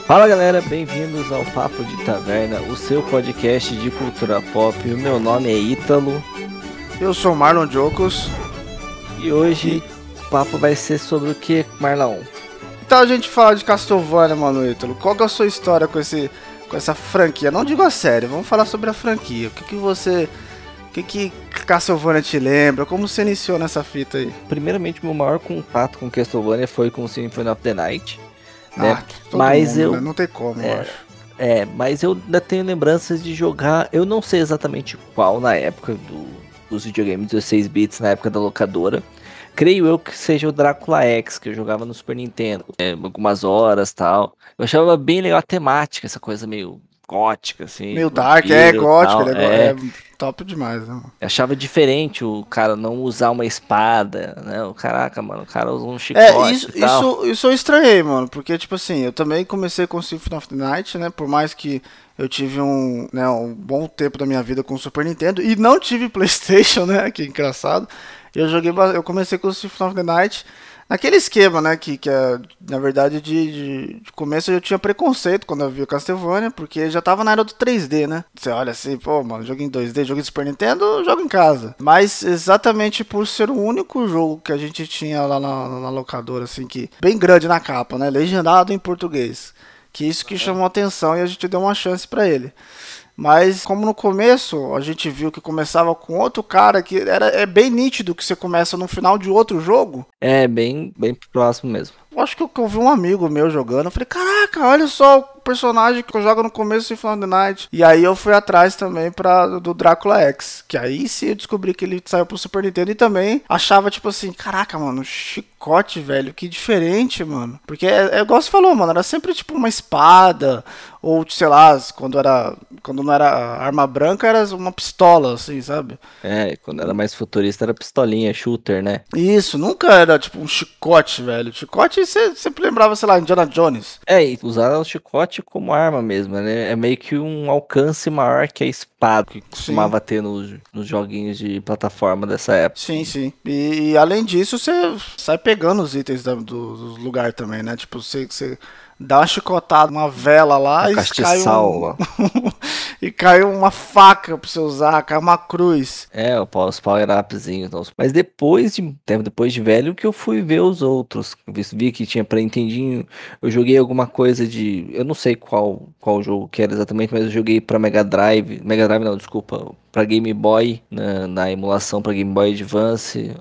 Fala galera, bem-vindos ao Papo de Taverna, o seu podcast de cultura pop. O meu nome é Ítalo Eu sou Marlon Jocos. e hoje o papo vai ser sobre o que, Marlon? Então a gente fala de Castlevania, mano, Ítalo. Qual que é a sua história com essa franquia? Não digo a série, vamos falar sobre a franquia. O que Castlevania te lembra? Como você iniciou nessa fita aí? Primeiramente, meu maior contato com Castlevania foi com Symphony of the Night, né? Todo Mas mundo, eu, né? Não tem como, eu acho. mas eu ainda tenho lembranças de jogar. Eu não sei exatamente qual na época dos videogames 16 bits, na época da locadora. Creio eu que seja o Drácula X, que eu jogava no Super Nintendo, algumas horas tal. Eu achava bem legal a temática, essa coisa meio gótica, assim, Meio dark, é vampiro e gótico, tal. ele é top demais, né, mano? Eu achava diferente o cara não usar uma espada, né? Caraca, mano, o cara usa um É, chicote isso, e tal. isso, isso eu estranhei, mano, porque, tipo assim, eu também comecei com Symphony of the Night, né, por mais que eu tive um bom tempo da minha vida com o Super Nintendo e não tive PlayStation, né, que engraçado, eu comecei com o Symphony of the Night naquele esquema, né, que é, na verdade, de começo eu tinha preconceito quando eu vi o Castlevania, porque já tava na era do 3D, né, você olha assim, pô, mano, jogo em 2D, jogo em Super Nintendo, eu jogo em casa, mas exatamente por ser o único jogo que a gente tinha lá na locadora, assim, que bem grande na capa, né, legendado em português, que isso que chamou a atenção e a gente deu uma chance pra ele. Mas como no começo a gente viu que começava com outro cara que é bem nítido que você começa no final de outro jogo. É, bem próximo mesmo. Eu acho que eu vi um amigo meu jogando. Eu falei, caraca, olha só o personagem que eu jogo no começo de Final the Night. E aí eu fui atrás também do Drácula X. Que aí sim eu descobri que ele saiu pro Super Nintendo. E também achava, tipo assim, caraca, mano, chicote, velho, que diferente, mano. Porque é igual você falou, mano, era sempre tipo uma espada. Ou, sei lá, quando não era arma branca, era uma pistola, assim, sabe? É, quando era mais futurista era pistolinha, shooter, né? Isso, nunca era tipo um chicote, velho. Chicote você sempre lembrava, sei lá, Indiana Jones. É, e usar o chicote como arma mesmo, né? É meio que um alcance maior que a espada que Sim, costumava ter nos joguinhos de plataforma dessa época. sim, sim. E além disso, você sai pegando os itens dos lugares também, né? Tipo, você dá uma chicotada, uma vela Um lá e cai castiçal um. lá. E cai uma faca pra você usar, cai uma cruz. É, os power-upzinhos. Então. Mas depois de tempo depois de velho que eu fui ver os outros. Vi que tinha pra Nintendinho. Eu joguei alguma coisa de. Eu não sei qual jogo que era exatamente, mas eu joguei pra Mega Drive. Mega Drive não, desculpa. Pra Game Boy, na emulação pra Game Boy Advance.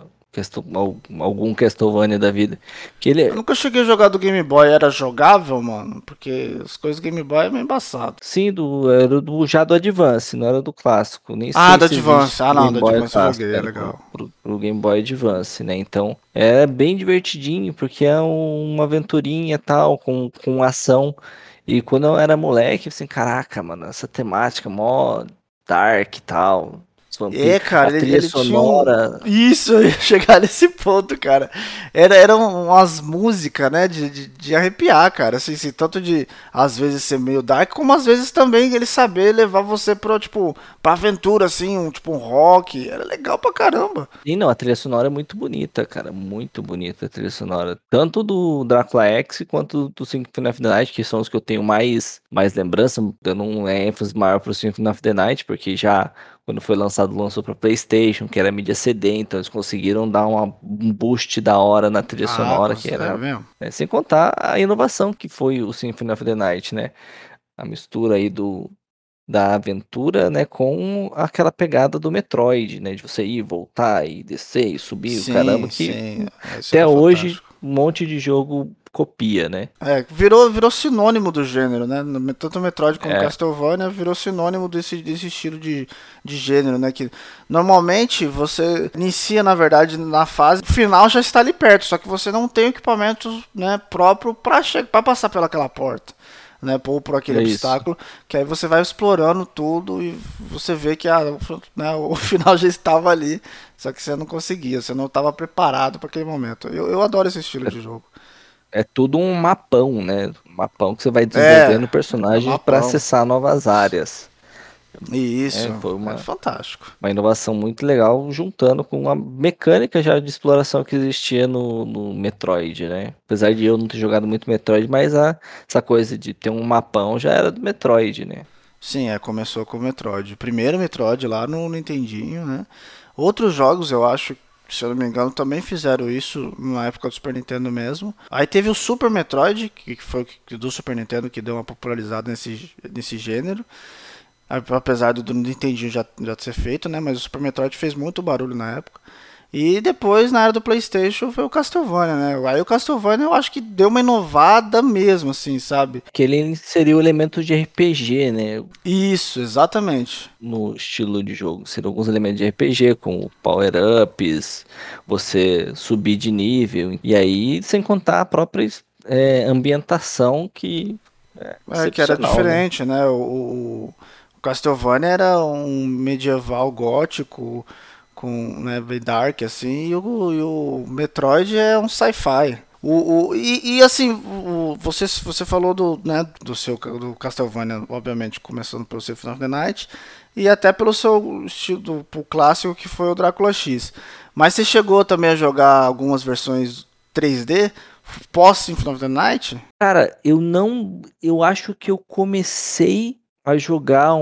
Algum Castlevania da vida. Que Eu ele. nunca cheguei a jogar do Game Boy, era jogável, mano? Porque as coisas do Game Boy é meio embaçado. Sim, era já do Advance, não era do clássico. Nem Ah, sei do se existe Advance. Ah, pro não, Game do Boy Advance eu clássico, joguei, é era legal. pro Game Boy Advance, né? Então, é bem divertidinho, porque é uma aventurinha tal, com ação. E quando eu era moleque, assim, caraca, mano, essa temática mó dark e tal. Os É, vampiros, a cara, trilha ele tinha um. sonora. Isso, eu ia chegar nesse ponto, cara. Eram umas músicas, né, de arrepiar, cara. Assim, tanto de, às vezes, ser meio dark, como às vezes também ele saber levar você pra aventura, assim, tipo um rock. Era legal pra caramba. E não, a trilha sonora é muito bonita, cara. Muito bonita a trilha sonora. Tanto do Drácula X quanto do Symphony of the Night, que são os que eu tenho mais lembrança, dando um ênfase maior pro Symphony of the Night, porque já quando foi lançado, lançou pra PlayStation, que era mídia CD, então eles conseguiram dar um boost da hora na trilha Ah, sonora, que é era, mesmo? né, sem contar a inovação que foi o Symphony of the Night, né? A mistura aí da aventura, né, com aquela pegada do Metroid, né, de você ir, voltar e descer e subir, o caramba, Sim, que sim. Isso até era hoje fantástico. um monte de jogo copia, né? É, virou sinônimo do gênero, né? Tanto o Metroid como o É, Castlevania virou sinônimo desse estilo de gênero, né? Que normalmente você inicia, na verdade, na fase, o final já está ali perto, só que você não tem o equipamento, né, próprio para passar pelaquela porta. Né, por aquele é isso. obstáculo, que aí você vai explorando tudo e você vê que né, o final já estava ali, só que você não conseguia, você não estava preparado para aquele momento. Eu adoro esse estilo de jogo. É tudo um mapão, né? Um mapão que você vai É, desenvolvendo é um personagens para mapão. acessar novas áreas. Isso, Foi é fantástico. uma inovação muito legal, juntando com a mecânica já de exploração que existia no Metroid, né? Apesar de eu não ter jogado muito Metroid, mas essa coisa de ter um mapão já era do Metroid, né? Sim, começou com o Metroid. O primeiro Metroid lá no Nintendinho, né? Outros jogos, eu acho, se eu não me engano, também fizeram isso na época do Super Nintendo mesmo. Aí teve o Super Metroid, que foi do Super Nintendo que deu uma popularizada nesse gênero. Apesar do Nintendinho já ser feito, né? Mas o Super Metroid fez muito barulho na época. E depois, na era do PlayStation, foi o Castlevania, né? Aí o Castlevania eu acho que deu uma inovada mesmo, assim, sabe? Que ele inseriu elementos de RPG, né? Isso, exatamente. No estilo de jogo. Seriam alguns elementos de RPG, como power-ups, você subir de nível. E aí, sem contar a própria ambientação que é Que era excepcional, né? diferente, né? O Castlevania era um medieval gótico, com, né, bem dark, assim, e o Metroid é um sci-fi. Assim, você falou do Castlevania, obviamente, começando pelo Symphony of the Night, e até pelo seu estilo pro clássico que foi o Drácula X. Mas você chegou também a jogar algumas versões 3D pós Symphony of the Night? Cara, eu não. Eu acho que eu comecei a jogar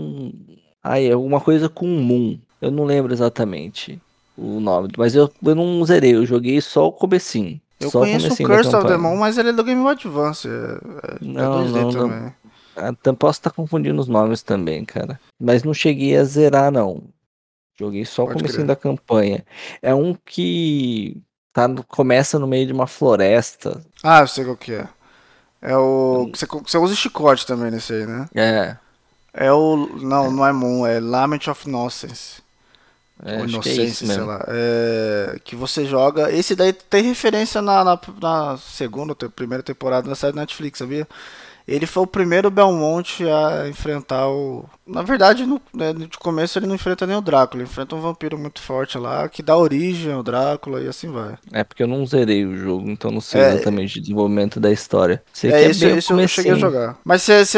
alguma coisa com Moon. Eu não lembro exatamente o nome, mas eu não zerei, eu joguei só o comecinho. Eu Só o conheço o comecinho da Curse of the campanha. Moon, mas ele é do Game Boy Advance. É Não, 2D não, não. também. Posso estar confundindo os nomes também, cara. Mas não cheguei a zerar, não. Joguei só o Pode comecinho crer. da campanha. É um que começa no meio de uma floresta. Ah, eu sei qual que é. É o. Você usa chicote também nesse aí, né? É, É o. Não, não é Moon, é Lament of Innocence. Ou acho que é isso Inocência, sei mesmo. lá. Que você joga. Esse daí tem referência na segunda ou primeira temporada da série Netflix, sabia? Ele foi o primeiro Belmont a enfrentar o. Na verdade, de começo ele não enfrenta nem o Drácula, ele enfrenta um vampiro muito forte lá, que dá origem ao Drácula e assim vai. É porque eu não zerei o jogo, então não sei É, exatamente o desenvolvimento da história. Sei que é esse, bem o esse eu cheguei a comecinho. jogar. Mas você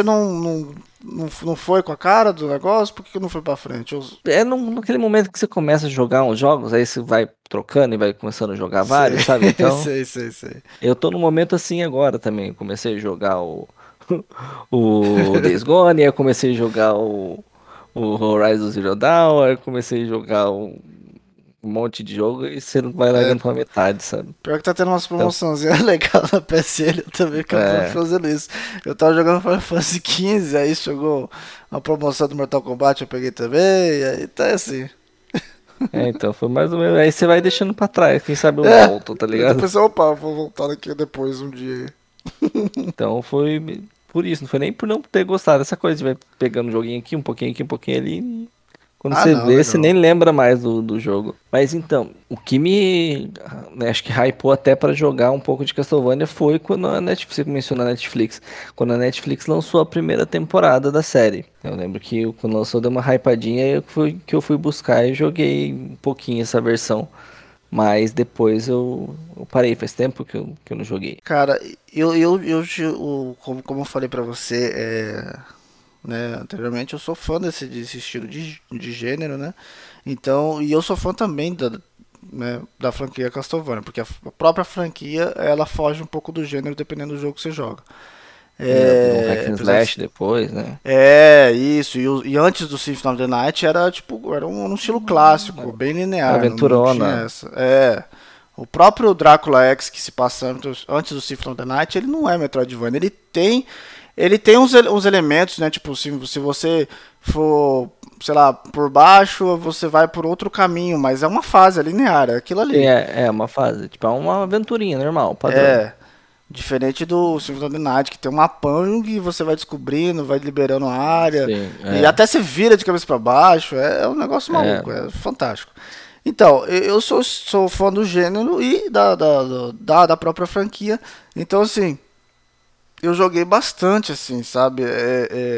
não foi com a cara do negócio? Por que não foi pra frente? É naquele momento que você começa a jogar uns jogos, aí você vai trocando e vai começando a jogar Sei, vários, sabe? Então, sei. eu tô no momento assim agora também. Eu comecei a jogar o Days Gone, aí eu comecei a jogar o Horizon Zero Dawn, aí eu comecei a jogar um monte de jogo e você não vai É, largando pela metade, sabe? pior que tá tendo umas Então, promoçãozinhas legais na PSN, eu também acabando é, fazendo isso. Eu tava jogando Final Fantasy XV, aí chegou a promoção do Mortal Kombat, eu peguei também, e aí tá assim. então foi mais ou menos. Aí você vai deixando pra trás, quem sabe eu É, volto, tá eu tô ligado? pensando, opa, vou voltar aqui depois um dia. Então foi por isso, não foi nem por não ter gostado dessa coisa de vai pegando um joguinho aqui, um pouquinho ali. Quando Ah, você não, vê, você nem legal. lembra mais do jogo. Mas então, o que acho que hypou até para jogar um pouco de Castlevania foi quando a Netflix, você mencionou a Netflix, quando a Netflix lançou a primeira temporada da série. Eu lembro que quando lançou deu uma hypadinha e que eu fui buscar e joguei um pouquinho essa versão. Mas depois eu parei, faz tempo que eu não joguei. Cara, como eu falei pra você, né, anteriormente, eu sou fã desse estilo de gênero, né? Então, e eu sou fã também da franquia Castlevania, porque a própria franquia ela foge um pouco do gênero dependendo do jogo que você joga. Ela virou um hack and Apesar de, slash depois, né? isso. E antes do Symphony of the Night era tipo era um estilo clássico, bem linear, não tinha Aventurona. essa. O próprio Drácula X que se passa antes do Symphony of the Night, ele não é Metroidvania, ele tem uns elementos, né? Tipo, se você for, sei lá, por baixo, você vai por outro caminho, mas é uma fase, é linear, é aquilo Sim, ali. é uma fase. Tipo, é uma aventurinha normal, padrão. É. Diferente do Symphony of the Night, que tem um mapão e você vai descobrindo, vai liberando a área. Sim, E até você vira de cabeça para baixo. É um negócio é. maluco, é fantástico. Então, eu sou fã do gênero e da própria franquia. Então, assim, eu joguei bastante, assim, sabe?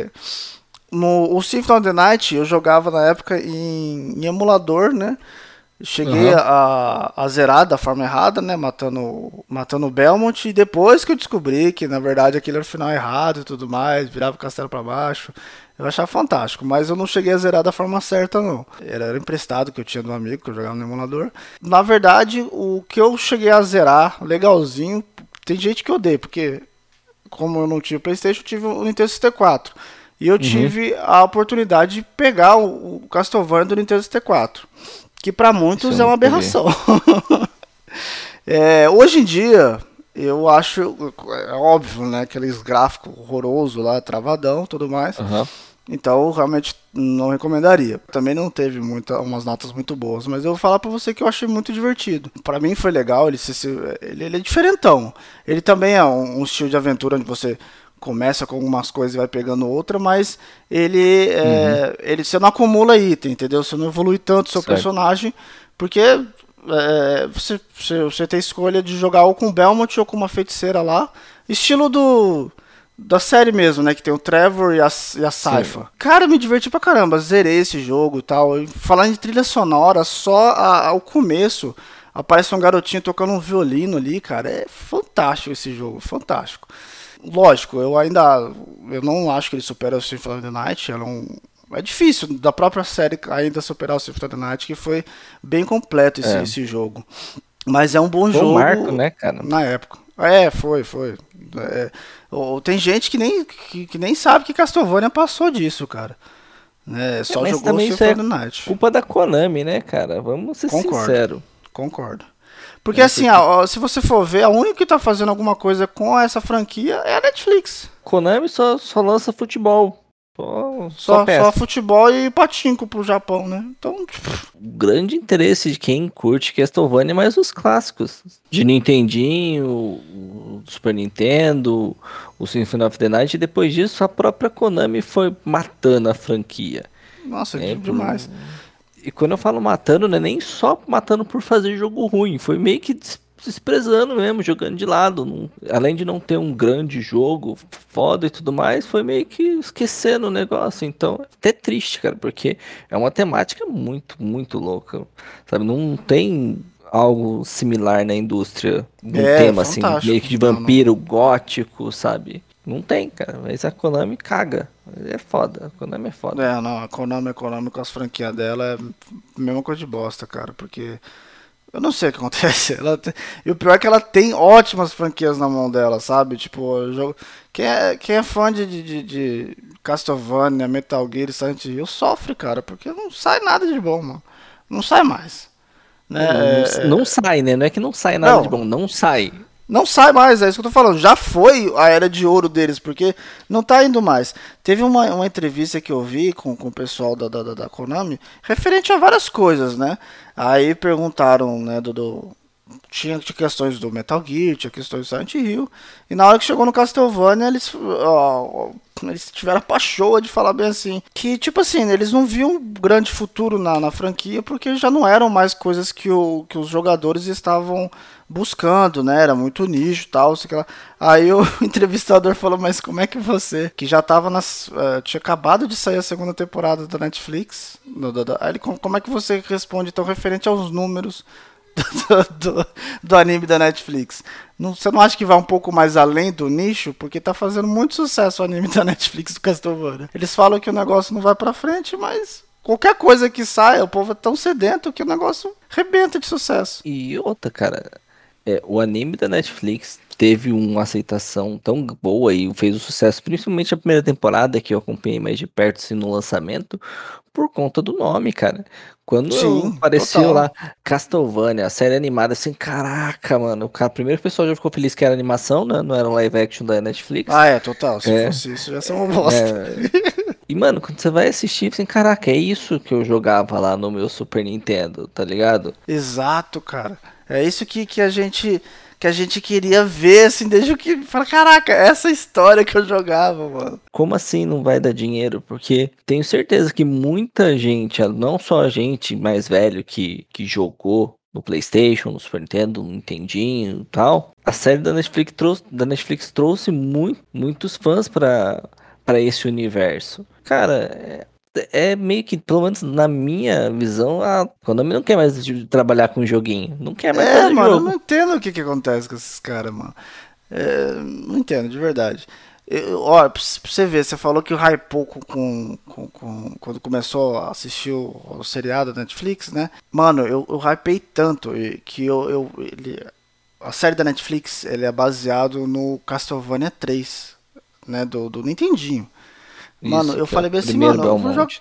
O Symphony of the Night eu jogava na época em emulador, né? Cheguei Aham. a zerar da forma errada, né? Matando o Belmont. E depois que eu descobri que, na verdade, aquele era o final errado e tudo mais, virava o castelo pra baixo. Eu achava fantástico, mas eu não cheguei a zerar da forma certa, não. Era emprestado que eu tinha de um amigo, que eu jogava no emulador. Na verdade, o que eu cheguei a zerar, legalzinho, tem gente que odeia, porque como eu não tinha PlayStation, eu tive o Nintendo 64. E eu Uhum. tive a oportunidade de pegar o Castlevania do Nintendo 64, que para Isso muitos eu é uma nunca vi. aberração. Hoje em dia, eu acho, é óbvio, né, aqueles gráficos horrorosos lá, travadão, tudo mais. Aham. Então, eu realmente não recomendaria. Também não teve umas notas muito boas, mas eu vou falar pra você que eu achei muito divertido. Pra mim foi legal, ele é diferentão. Ele também é um estilo de aventura onde você começa com algumas coisas e vai pegando outra, mas Uhum. você não acumula item, entendeu? Você não evolui tanto o seu Certo. personagem, porque você tem escolha de jogar ou com o Belmont ou com uma feiticeira lá, estilo da série mesmo, né? Que tem o Trevor e a Sim. Sypha. Cara, me diverti pra caramba. Zerei esse jogo e tal. E falando de trilha sonora, só ao começo aparece um garotinho tocando um violino ali, cara. É fantástico esse jogo, fantástico. Lógico, eu não acho que ele supera o Symphony of the Night. É difícil da própria série ainda superar o Symphony of the Night, que foi bem completo esse, É. esse jogo. Mas é um bom Foi um marco, jogo né, cara? na época. Foi. Tem gente que nem sabe que Castlevania passou disso, cara. Né? É, Só mas jogou o também isso Symphony é of the Night. culpa da Konami, né, cara? Vamos ser Concordo, sinceros, concordo. Porque né? assim, Porque se você for ver, a única que tá fazendo alguma coisa com essa franquia é a Netflix. Konami só lança futebol. Só Só PES. futebol e patinco pro Japão, né? Então, O grande interesse de quem curte Castlevania é mais os clássicos. De Nintendinho, o Super Nintendo, o Symphony of the Night. E depois disso, a própria Konami foi matando a franquia. nossa, Né? demais. E quando eu falo matando, não é nem só matando por fazer jogo ruim. Foi meio que desprezando mesmo, jogando de lado. Além de não ter um grande jogo foda e tudo mais, foi meio que esquecendo o negócio. Então, é até triste, cara, porque é uma temática muito, muito louca. Sabe, não tem algo similar na indústria, num É, tema assim, meio fantástico. que de Não, não. vampiro gótico, sabe? Não tem, cara. Mas a Konami caga. É foda. A Konami é foda. Não, a Konami com as franquias dela é a mesma coisa de bosta, cara, porque eu não sei o que acontece. E o pior é que ela tem ótimas franquias na mão dela, sabe? Tipo, quem é fã de Castlevania, Metal Gear, Silent Hill sofre, cara, porque não sai nada de bom, mano. Não sai mais, né? Não sai, né? Não é que não sai nada de Não, bom, não sai. não sai mais, é isso que eu tô falando. Já foi a era de ouro deles, porque não tá indo mais. Teve uma entrevista que eu vi com o pessoal da Konami, referente a várias coisas, né? Aí perguntaram, né, tinha questões do Metal Gear, tinha questões do Silent Hill, e na hora que chegou no Castlevania, eles tiveram a pachoa de falar bem assim, que tipo assim, eles não viam um grande futuro na franquia, porque já não eram mais coisas que os jogadores estavam buscando, né? Era muito nicho e tal, sei lá. Aí o entrevistador falou, mas como é que você, que já tava tinha acabado de sair a segunda temporada da Netflix, aí ele, como é que você responde então referente aos números do anime da Netflix? Você não acha que vai um pouco mais além do nicho? Porque tá fazendo muito sucesso o anime da Netflix do Castlevania. Eles falam que o negócio não vai pra frente, mas qualquer coisa que saia, o povo é tão sedento que o negócio rebenta de sucesso. E outra, cara, o anime da Netflix teve uma aceitação tão boa e fez o sucesso, principalmente a primeira temporada, que eu acompanhei mais de perto assim, no lançamento, por conta do nome, cara. Quando Sim, apareceu total. lá Castlevania, a série animada, assim, caraca, mano, primeiro o pessoal já ficou feliz que era animação, né? Não era um live action da Netflix. Total. Se É, fosse isso, já ia ser uma bosta. né? E, mano, quando você vai assistir, assim, caraca, é isso que eu jogava lá no meu Super Nintendo, tá ligado? Exato, cara. É isso que a gente queria ver, assim, desde o que. Fala, caraca, essa história que eu jogava, mano. Como assim não vai dar dinheiro? Porque tenho certeza que muita gente, não só a gente mais velho que jogou no PlayStation, no Super Nintendo, no Nintendinho e tal, a série da Netflix trouxe muitos fãs para esse universo. Cara, é meio que, pelo menos na minha visão, a Konami não quer mais trabalhar com joguinho. Não quer mais fazer Mano, eu não jogo. entendo o que acontece com esses caras, mano. Não entendo, de verdade. Ó, pra você ver, você falou que o hypou quando começou a assistir o seriado da Netflix, né? Mano, eu hypei tanto que a série da Netflix ele é baseado no Castlevania 3, né? Do Nintendinho. Mano, Isso, eu que é o falei bem assim, primeiro mano, eu vou jogar. Belmont.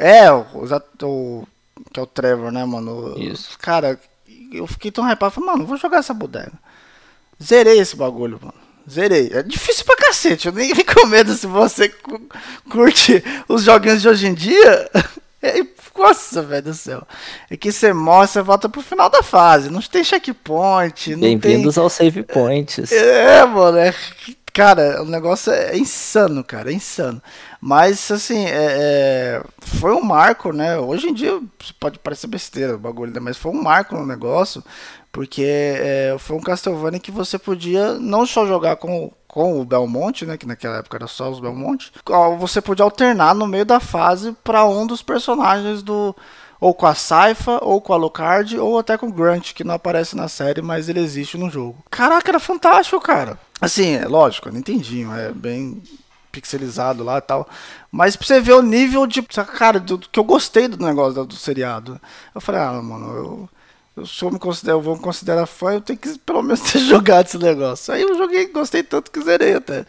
Que é o Trevor, né, mano? Isso. Cara, eu fiquei tão hypado, falei, mano, eu vou jogar essa bodega. Zerei esse bagulho, mano. Zerei. É difícil pra cacete. Eu nem recomendo se você curte os joguinhos de hoje em dia. Nossa, velho do céu. É que você morre, você volta pro final da fase. Não tem checkpoint, não tem. Bem-vindos aos save points. Mano, cara, o negócio é insano, cara, é insano. Mas, assim, foi um marco, né? Hoje em dia pode parecer besteira o bagulho, né? Mas foi um marco no negócio, porque foi um Castlevania que você podia não só jogar com o Belmont, né? Que naquela época era só os Belmont. Você podia alternar no meio da fase para um dos personagens do. Ou com a Saifa, ou com a Alucard, ou até com o Grunt, que não aparece na série, mas ele existe no jogo. Caraca, era fantástico, cara. Assim, lógico, Nintendinho, é bem pixelizado lá e tal. Mas pra você ver o nível de. Cara, que eu gostei do negócio do seriado. Eu falei, mano, se eu vou me considerar fã, eu tenho que pelo menos ter jogado esse negócio. Aí eu joguei, gostei tanto que zerei até.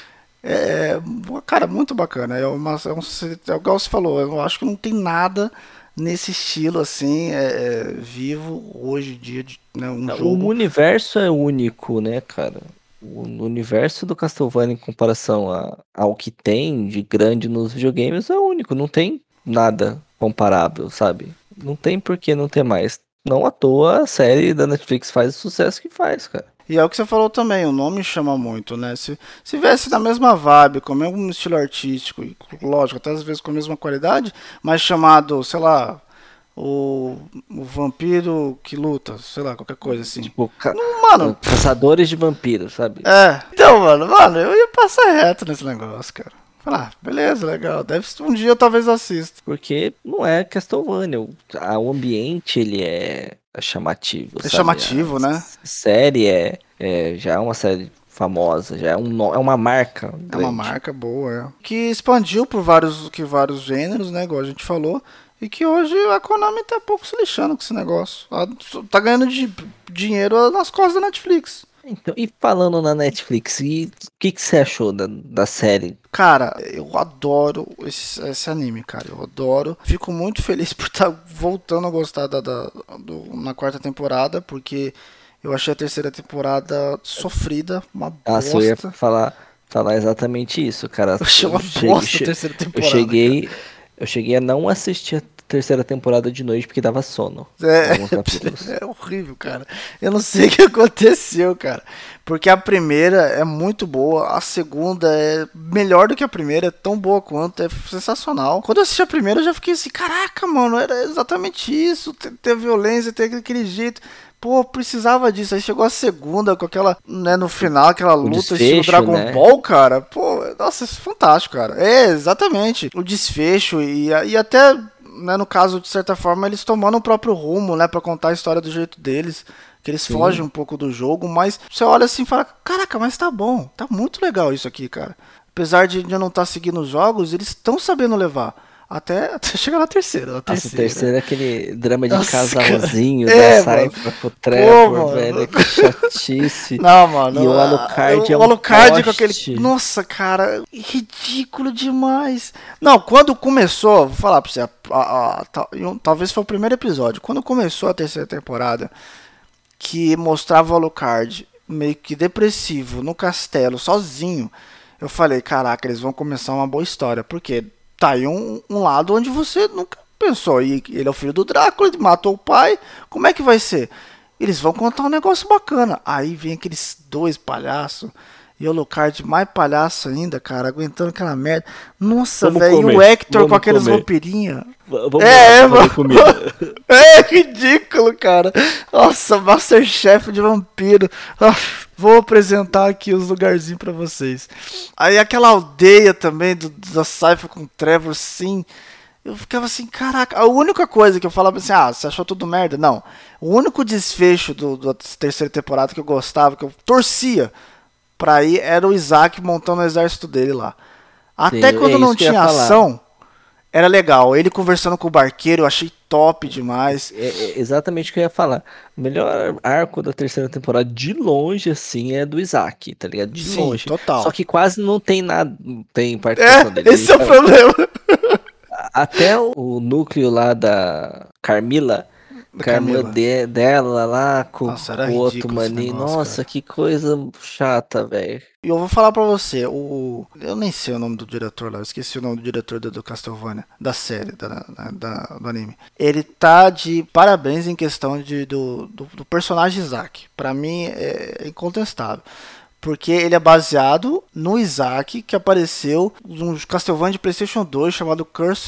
Cara, muito bacana. Igual você falou, eu acho que não tem nada nesse estilo assim, vivo hoje em dia, né, um O jogo. universo é único, né, cara? O universo do Castlevania em comparação ao que tem de grande nos videogames é único. Não tem nada comparável, sabe? Não tem por que não ter mais. Não à toa a série da Netflix faz o sucesso que faz, cara. E é o que você falou também, o nome chama muito, né? Se viesse na mesma vibe, com o mesmo estilo artístico, e, lógico, até às vezes com a mesma qualidade, mas chamado, sei lá, o vampiro que luta, sei lá, qualquer coisa assim. Tipo, Mano, caçadores de vampiros, sabe? Então, mano, eu ia passar reto nesse negócio, cara. Falar, beleza, legal, um dia eu talvez assista. Porque não é Castlevania. O ambiente, ele é chamativo, É sabe? chamativo, né? Série já é uma série famosa, já é uma marca É uma grande. marca boa, que expandiu por vários gêneros, né, igual a gente falou, e que hoje a Konami tá pouco se lixando com esse negócio. Ela tá ganhando dinheiro nas costas da Netflix. Então, e falando na Netflix, e o que você achou da série? Cara, eu adoro esse anime, cara. Eu adoro. Fico muito feliz por estar voltando a gostar na quarta temporada, porque eu achei a terceira temporada sofrida, uma Se eu ia bosta. falar exatamente isso, cara. Eu achei uma bosta a terceira Eu temporada, cara. cheguei a não assistir a terceira temporada de noite porque dava sono. Alguns capítulos. É horrível, cara. Eu não sei o que aconteceu, cara. Porque a primeira é muito boa, a segunda é melhor do que a primeira, é tão boa quanto, é sensacional. Quando eu assisti a primeira, eu já fiquei assim, caraca, mano, era exatamente isso, ter violência, ter aquele jeito. Pô, precisava disso. Aí chegou a segunda com aquela, né, no final, aquela luta estilo desfecho, Dragon né? Ball, cara. Pô, nossa, isso é fantástico, cara. Exatamente. O desfecho e até, né, no caso, de certa forma, eles tomando o próprio rumo, né, pra contar a história do jeito deles. Que eles Sim. fogem um pouco do jogo, mas você olha assim e fala, caraca, mas tá bom. Tá muito legal isso aqui, cara. Apesar de eu não estar seguindo os jogos, eles estão sabendo levar. Até chegar na terceira. Nossa, o terceiro é aquele drama de Nossa, casalzinho cara. da Mano. Cypher com o Trevor, Pô, velho. Que chatice. Não, mano. E o Alucard é o um Alucard com poste. aquele. Nossa, cara. Ridículo demais. Não, quando começou, vou falar pra você. Talvez foi o primeiro episódio. Quando começou a terceira temporada, que mostrava o Alucard meio que depressivo no castelo, sozinho. Eu falei, caraca, eles vão começar uma boa história. Porque tá aí um lado onde você nunca pensou. E ele é o filho do Drácula, ele matou o pai. Como é que vai ser? Eles vão contar um negócio bacana. Aí vem aqueles dois palhaços. E o Alucard mais palhaço ainda, cara, aguentando aquela merda. Nossa, velho. E o Hector com aqueles vampirinhos. Vamos lá, mano. Comida. É ridículo, cara. Nossa, Masterchef de vampiro. Vou apresentar aqui os lugarzinhos pra vocês. Aí aquela aldeia também da Cypher com o Trevor, sim. Eu ficava assim, caraca, a única coisa que eu falava assim, você achou tudo merda? Não. O único desfecho da terceira temporada que eu gostava, que eu torcia pra ir, era o Isaac montando o exército dele lá. Sim, Até é quando não isso que eu ia tinha falar. ação, era legal. Ele conversando com o barqueiro, eu achei top demais. É exatamente o que eu ia falar. O melhor arco da terceira temporada, de longe, assim, é do Isaac, tá ligado? De Sim, longe. Só total. que quase não tem nada, não tem participação dele. Esse é o problema. Até o núcleo lá da Carmila, Da com a irmã Camila. dela lá, Nossa, era com o outro ridículo esse maninho. negócio, cara. Nossa, que coisa chata, velho. E eu vou falar pra você, eu nem sei o nome do diretor lá, eu esqueci o nome do diretor do Castlevania, da série, do anime. Ele tá de parabéns em questão do personagem Isaac. Pra mim é incontestável. Porque ele é baseado no Isaac que apareceu num Castlevania de PlayStation 2 chamado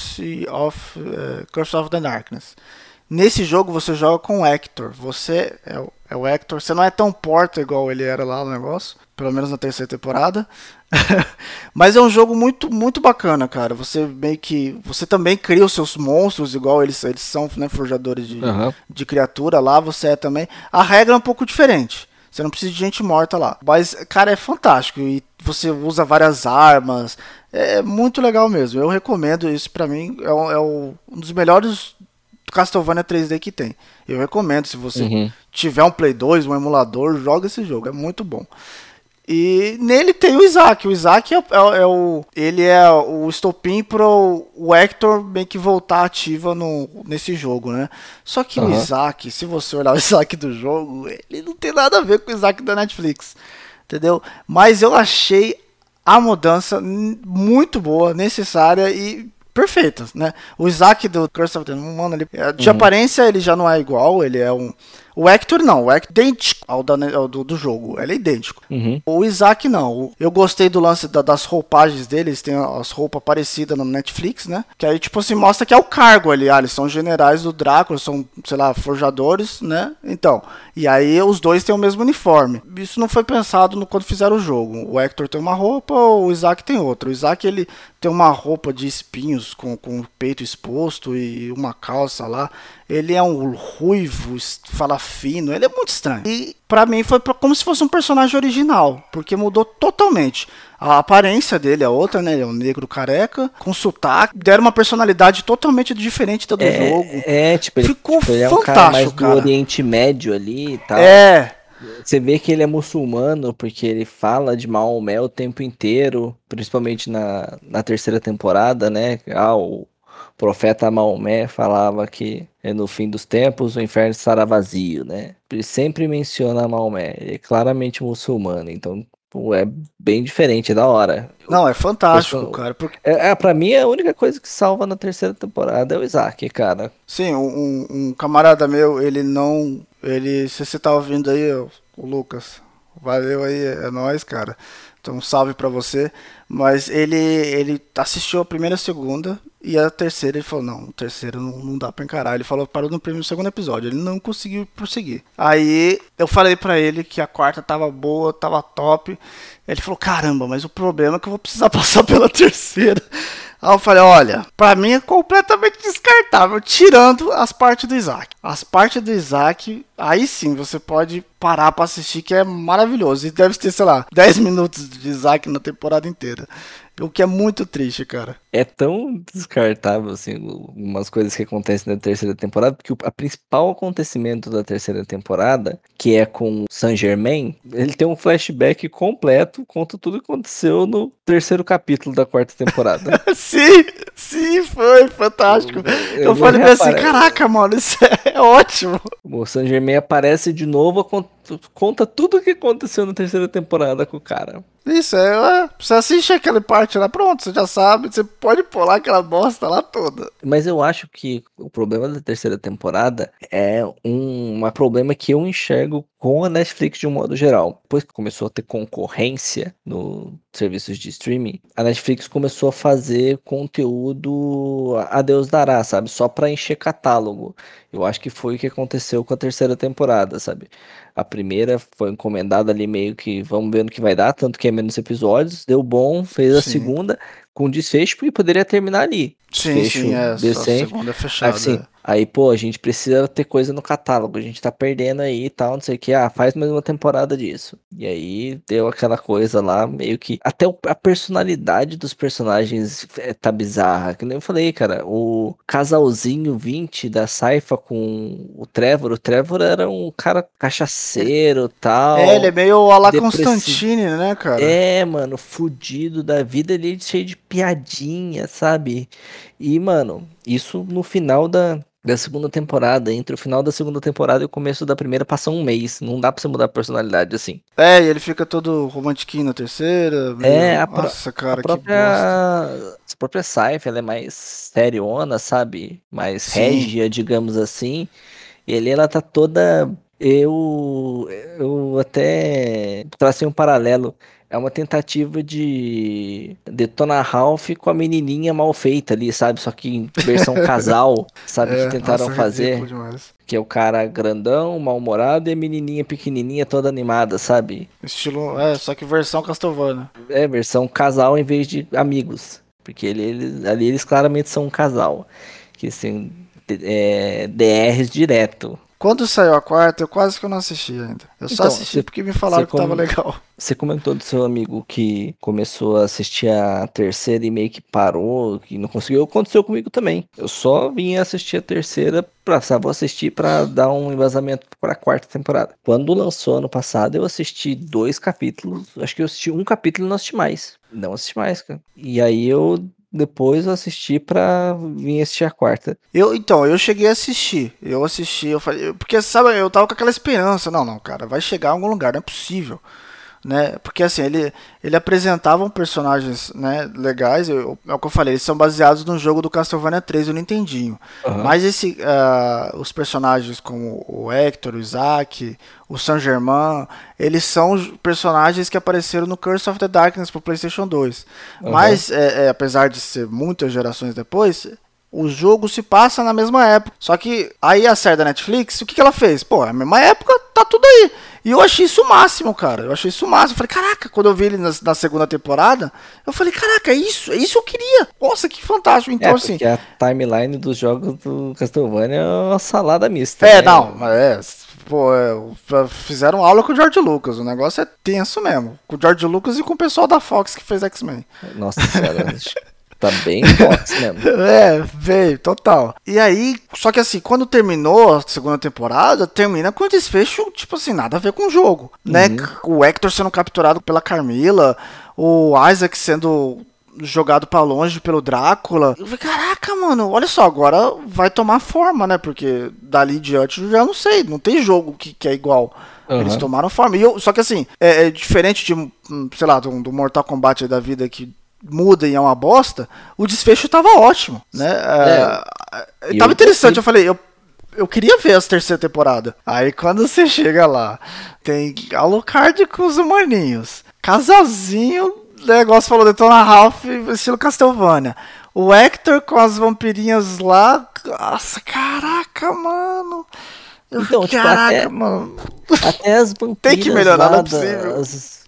Curse of the Darkness. Nesse jogo você joga com o Hector. Você é o Hector. Você não é tão porta igual ele era lá no negócio. Pelo menos na terceira temporada. Mas é um jogo muito, muito bacana, cara. Você meio que. Você também cria os seus monstros, igual eles são, né, forjadores Aham. de criatura lá. Você é também. A regra é um pouco diferente. Você não precisa de gente morta lá. Mas, cara, é fantástico. E você usa várias armas. É muito legal mesmo. Eu recomendo isso pra mim. Um dos melhores Castlevania 3D que tem. Eu recomendo, se você Uhum. tiver um Play 2, um emulador, joga esse jogo, é muito bom. E nele tem o Isaac. O Isaac ele é o estopim pro o Hector meio que voltar ativa nesse jogo, né? Só que o Aham. Isaac, se você olhar o Isaac do jogo, ele não tem nada a ver com o Isaac da Netflix, entendeu? Mas eu achei a mudança muito boa, necessária e perfeita, né? O Isaac do Curse of the Moon, mano, de Uhum. aparência ele já não é igual, ele é um. O Hector não, o Hector é idêntico ao do jogo, ele é idêntico. Uhum. O Isaac não. Eu gostei do lance das roupagens deles, tem as roupas parecidas no Netflix, né? Que aí, tipo assim, mostra que é o cargo ali. Eles são generais do Drácula, são, sei lá, forjadores, né? Então, e aí os dois têm o mesmo uniforme. Isso não foi pensado quando fizeram o jogo. O Hector tem uma roupa, o Isaac tem outra. O Isaac, ele tem uma roupa de espinhos com o peito exposto e uma calça lá. Ele é um ruivo, fala fino, ele é muito estranho. E pra mim foi como se fosse um personagem original, porque mudou totalmente. A aparência dele é outra, né? Ele é um negro careca, com sotaque. Deram uma personalidade totalmente diferente da do jogo. Tipo, Ficou ele é um cara mais fantástico, do cara. Oriente Médio ali e tal. É, Você vê que ele é muçulmano porque ele fala de Maomé o tempo inteiro, principalmente na terceira temporada, né? O profeta Maomé falava que no fim dos tempos o inferno estará vazio, né? Ele sempre menciona Maomé, ele é claramente muçulmano, então pô, é bem diferente, é da hora. não, é fantástico, cara. Porque, Pra mim, a única coisa que salva na terceira temporada é o Isaac, cara. sim, um camarada meu, ele não. Ele. Se você tá ouvindo aí, o Lucas, valeu aí, é nóis, cara. Então, um salve pra você. Mas ele assistiu a primeira e a segunda. E a terceira ele falou: não, a terceira não dá pra encarar. Ele falou: parou no primeiro, segundo episódio. Ele não conseguiu prosseguir. Aí eu falei pra ele que a quarta tava boa, tava top. Ele falou: caramba, mas o problema é que eu vou precisar passar pela terceira. Aí eu falei, olha, pra mim é completamente descartável, tirando as partes do Isaac. As partes do Isaac, aí sim você pode parar pra assistir, que é maravilhoso. E deve ter, sei lá, 10 minutos de Isaac na temporada inteira. O que é muito triste, cara. É tão descartável, assim, umas coisas que acontecem na terceira temporada, porque a principal acontecimento da terceira temporada, que é com Saint-Germain, ele tem um flashback completo, conta tudo que aconteceu no terceiro capítulo da quarta temporada. Sim, sim, foi fantástico. Eu Ele falei bem assim, reapare... caraca, mano, isso é ótimo. O Saint-Germain aparece de novo, conta tudo o que aconteceu na terceira temporada com o cara. Isso, você assiste aquela parte lá, pronto, você já sabe, você pode pular aquela bosta lá toda. Mas eu acho que o problema da terceira temporada é um problema que eu enxergo com a Netflix de um modo geral. Depois que começou a ter concorrência no serviços de streaming, a Netflix começou a fazer conteúdo a Deus dará, sabe? Só pra encher catálogo. Eu acho que foi o que aconteceu com a terceira temporada, sabe? A primeira foi encomendada ali meio que vamos ver no que vai dar, tanto que é menos episódios, deu bom, fez a Sim, segunda com desfecho e poderia terminar ali. Sim, só a decente. segunda é Assim, fechada. aí, pô, a gente precisa ter coisa no catálogo, a gente tá perdendo aí e tal, não sei o que. Ah, faz mais uma temporada disso. E aí deu aquela coisa lá, meio que. Até a personalidade dos personagens tá bizarra. Que nem eu falei, cara, o casalzinho 20 da Saifa com o Trevor era um cara cachaceiro Ele é tal, meio a la depressivo. Constantine, né, cara? É, mano, fudido da vida ali, cheio de piadinha, sabe? E, mano, isso no final da segunda temporada. Entre o final da segunda temporada e o começo da primeira passa um mês. Não dá pra você mudar a personalidade assim. É, e ele fica todo romantiquinho na terceira, É, meio. Nossa, a cara, que própria. bosta. A própria Saifa, ela é mais seriona, sabe? Mais Sim. régia, digamos assim. E ali ela tá toda. Eu até tracei um paralelo. É uma tentativa de Detona Ralph com a menininha mal feita ali, sabe? Só que em versão casal, sabe? Que É, tentaram nossa, ridículo fazer. demais. Que é o cara grandão, mal-humorado e a menininha pequenininha toda animada, sabe? Estilo. É, só que versão Castlevania. É versão casal em vez de amigos. Porque ali eles claramente são um casal. Que assim, DRs direto. Quando saiu a quarta, eu quase que eu não assisti ainda. Eu só Então, assisti porque me você, falaram que tava legal. você comentou do seu amigo que começou a assistir a terceira e meio que parou, que não conseguiu. Aconteceu comigo também. Eu só vim assistir a terceira pra, sabe, vou assistir pra dar um embasamento pra quarta temporada. Quando lançou ano passado, eu assisti 2 capítulos. Acho que eu assisti um capítulo e não assisti mais. Não assisti mais, cara. E aí depois eu assisti pra vir assistir a quarta. Eu cheguei a assistir. Eu assisti, eu falei, porque sabe, eu tava com aquela esperança. Não, não, cara, vai chegar a algum lugar, não é possível. Né? Porque assim, ele apresentava personagens, né, legais, é o que eu falei, eles são baseados no jogo do Castlevania 3, do Nintendinho. Aham. Mas os personagens como o Hector, o Isaac, o Saint Germain, eles são os personagens que apareceram no Curse of the Darkness pro PlayStation 2. Aham. Mas, apesar de ser muitas gerações depois, o jogo se passa na mesma época. Só que aí a série da Netflix, o que ela fez? Pô, é a mesma época, tá tudo aí. E eu achei isso o máximo, cara. Eu achei isso o máximo. Eu falei, caraca, quando eu vi ele na segunda temporada, eu falei, caraca, é isso que eu queria. Nossa, que fantástico. É, Então, assim. porque a timeline dos jogos do Castlevania é uma salada mista, É, né? não, pô, fizeram aula com o George Lucas. O negócio é tenso mesmo. Com o George Lucas e com o pessoal da Fox que fez X-Men. Nossa senhora, acho que tá bem Fox mesmo. Veio, total. E aí, só que assim, quando terminou a segunda temporada, termina com o desfecho, tipo assim, nada a ver com o jogo, né? Uhum. O Hector sendo capturado pela Carmila, o Isaac sendo jogado pra longe pelo Drácula. Eu falei, caraca, mano, olha só, agora vai tomar forma, né? Porque dali em diante eu já não sei, não tem jogo que é igual. Eles Aham. tomaram forma. Só que assim, é diferente de, sei lá, do Mortal Kombat aí da vida que muda e é uma bosta, o desfecho tava ótimo, né? É, e Tava eu interessante, torci. eu falei, eu queria ver as terceira temporada. Aí quando você chega lá, tem Alucard com os humaninhos, casalzinho, negócio falou Detona Ralph, estilo Castlevania. O Hector com as vampirinhas lá, nossa, caraca, mano. Eu Então, fiquei, tipo, caraca, mano. até as Tem que vampiras melhorar, não é lá, possível.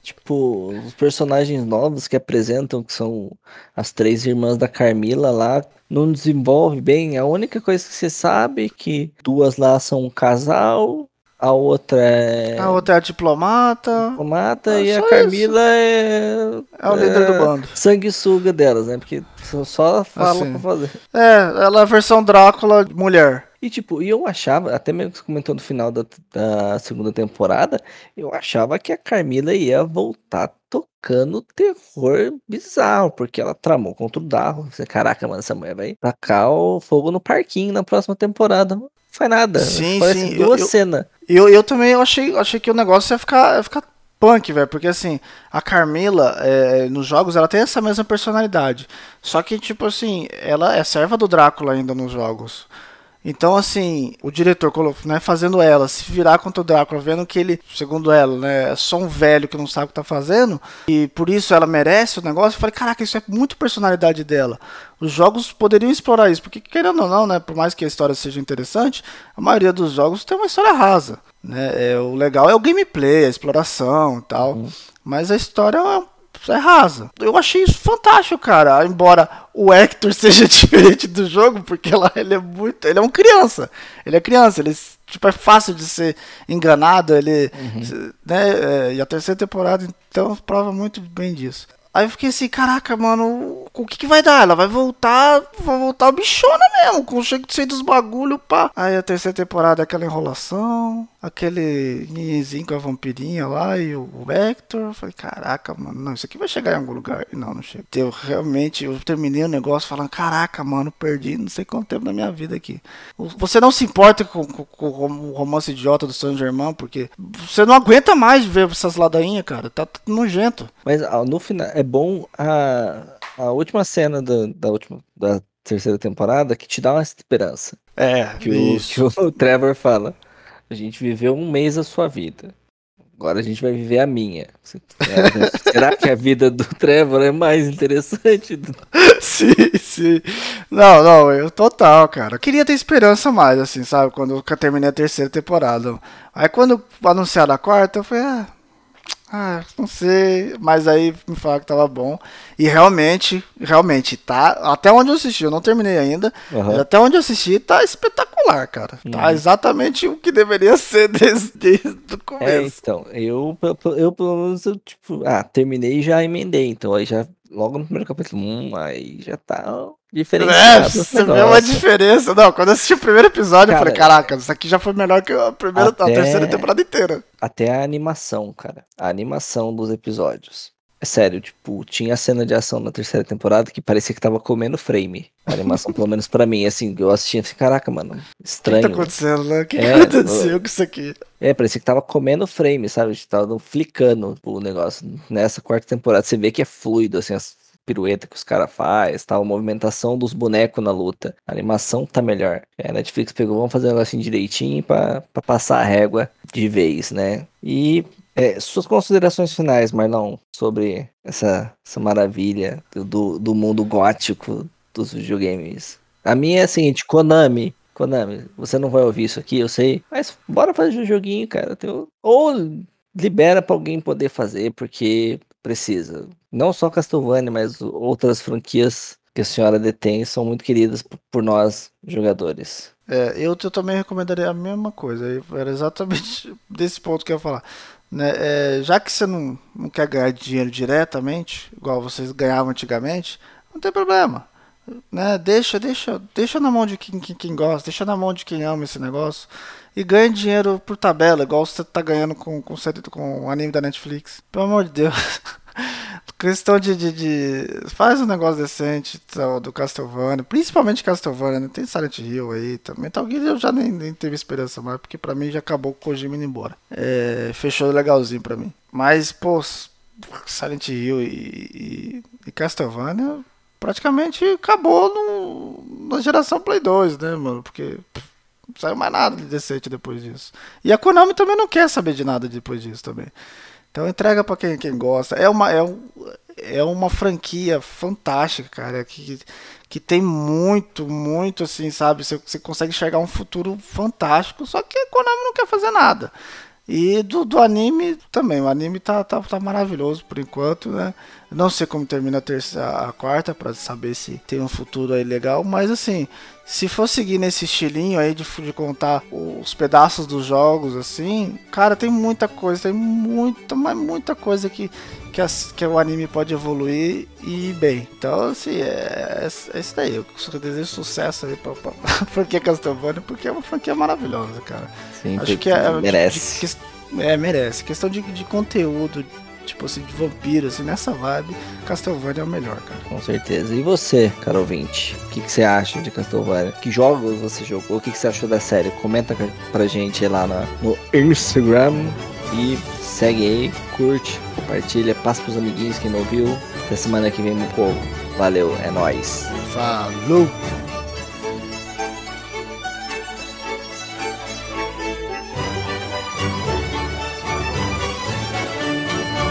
tipo, os personagens novos que apresentam, que são as três irmãs da Carmila lá, não desenvolve bem. A única coisa que você sabe é que duas lá são um casal, a outra A é outra é a diplomata. diplomata É e a só isso. Carmila É o líder do bando. sanguessuga delas, né? Porque só fala pra Assim. fazer. Ela é a versão Drácula mulher. E tipo, eu achava, até mesmo que você comentou no final da segunda temporada, eu achava que a Carmila ia voltar tocando terror bizarro, porque ela tramou contra o Darro. Você, caraca, mano, essa mulher vai tacar o fogo no parquinho na próxima temporada. Não faz nada, Sim, parece sim. duas cenas. Eu também achei que o negócio ia ficar punk, velho. Porque assim, a Carmila, nos jogos, ela tem essa mesma personalidade. Só que, tipo assim, ela é serva do Drácula ainda nos jogos. Então, assim, o diretor, né, fazendo ela se virar contra o Drácula, vendo que ele, segundo ela, né, é só um velho que não sabe o que tá fazendo, e por isso ela merece o negócio, eu falei, caraca, isso é muito personalidade dela. Os jogos poderiam explorar isso, porque querendo ou não, né, por mais que a história seja interessante, a maioria dos jogos tem uma história rasa, né, o legal é o gameplay, a exploração e tal, Uhum. mas a história é rasa. Eu achei isso fantástico, cara. Embora o Hector seja diferente do jogo, porque ele é muito... Ele é um criança. Ele é criança, ele tipo, é fácil de ser enganado, ele... Né, e a terceira temporada, então, prova muito bem disso. Aí eu fiquei assim, caraca, mano, o que vai dar? Ela vai voltar bichona mesmo, com cheio dos bagulho, pá. Aí a terceira temporada é aquela enrolação, aquele ninhozinho com a vampirinha lá e o Hector. Eu falei, caraca, mano, não, isso aqui vai chegar em algum lugar. E não chega. Eu terminei o negócio falando, caraca, mano, perdi não sei quanto tempo da minha vida aqui. Você não se importa com o romance idiota do Saint-Germain, porque você não aguenta mais ver essas ladainhas, cara, tá nojento. Mas no final, é bom a última cena da terceira temporada que te dá uma esperança. Que o Trevor fala, a gente viveu um mês a sua vida, agora a gente vai viver a minha. Será que a vida do Trevor é mais interessante? Sim. Não, eu total, cara. Eu queria ter esperança mais, assim, sabe? Quando eu terminei a terceira temporada. Aí quando anunciaram a quarta, eu falei, não sei, mas aí me falaram que tava bom. E realmente, tá. Até onde eu assisti, eu não terminei ainda. Mas até onde eu assisti, tá espetacular, cara. Tá exatamente o que deveria ser desde o começo. Então, eu pelo menos, terminei e já emendei. Então aí já, logo no primeiro capítulo, aí já tá diferenciado. Você vê uma diferença. Não, quando eu assisti o primeiro episódio, eu falei, caraca, isso aqui já foi melhor que a terceira temporada inteira. Até a animação, cara. A animação dos episódios. É sério, tipo, tinha a cena de ação na terceira temporada que parecia que tava comendo frame. A animação, pelo menos pra mim, assim, eu assistia assim, caraca, mano, estranho. O que tá acontecendo, né? O que aconteceu com isso aqui? Parecia que tava comendo frame, sabe? Tava flicando o negócio. Nessa quarta temporada, você vê que é fluido, assim, as pirueta que os caras fazem, tá? A movimentação dos bonecos na luta. A animação tá melhor. A Netflix pegou, vamos fazer um negocinho direitinho pra passar a régua de vez, né? E suas considerações finais, Marlon, sobre essa maravilha do mundo gótico dos videogames. A minha é a seguinte, Konami, você não vai ouvir isso aqui, eu sei, mas bora fazer um joguinho, cara. Ou libera pra alguém poder fazer, porque precisa. Não só Castlevania, mas outras franquias que a senhora detém são muito queridas por nós, jogadores. Eu também recomendaria a mesma coisa. Era exatamente desse ponto que eu ia falar. Né? Já que você não quer ganhar dinheiro diretamente, igual vocês ganhavam antigamente, não tem problema. Né? Deixa na mão de quem gosta, deixa na mão de quem ama esse negócio. E ganha dinheiro por tabela, igual você tá ganhando com o anime da Netflix. Pelo amor de Deus. Questão faz um negócio decente do Castlevania, principalmente Castlevania, né? Tem Silent Hill aí também. Metal Gear eu já nem teve esperança mais, porque pra mim já acabou com o Kojima indo embora. Fechou legalzinho pra mim. Mas, pô, Silent Hill e Castlevania praticamente acabou na geração Play 2, né, mano? Porque não saiu mais nada de decente depois disso. E a Konami também não quer saber de nada depois disso também. Então entrega pra quem gosta. É uma franquia fantástica, cara, que tem muito, assim, sabe? Você consegue enxergar um futuro fantástico, só que a Konami não quer fazer nada. E do anime também, o anime tá maravilhoso por enquanto, né? Não sei como termina a quarta, pra saber se tem um futuro aí legal, mas assim, se for seguir nesse estilinho aí de contar os pedaços dos jogos, assim, cara, tem muita coisa, mas muita coisa que o anime pode evoluir e ir bem. Então, assim, é isso daí. Eu desejo sucesso aí pra franquia Castlevania, porque é uma franquia maravilhosa, cara. Sim, acho que merece. Merece. Questão de conteúdo, tipo assim, de vampiro, assim, nessa vibe, Castlevania é o melhor, cara. Com certeza. E você, caro ouvinte? O que você acha de Castlevania? Que jogos você jogou? O que você achou da série? Comenta pra gente aí lá no Instagram. E segue aí, curte, compartilha, passa pros amiguinhos que não viu. Até semana que vem, meu povo. Valeu, é nóis. Falou!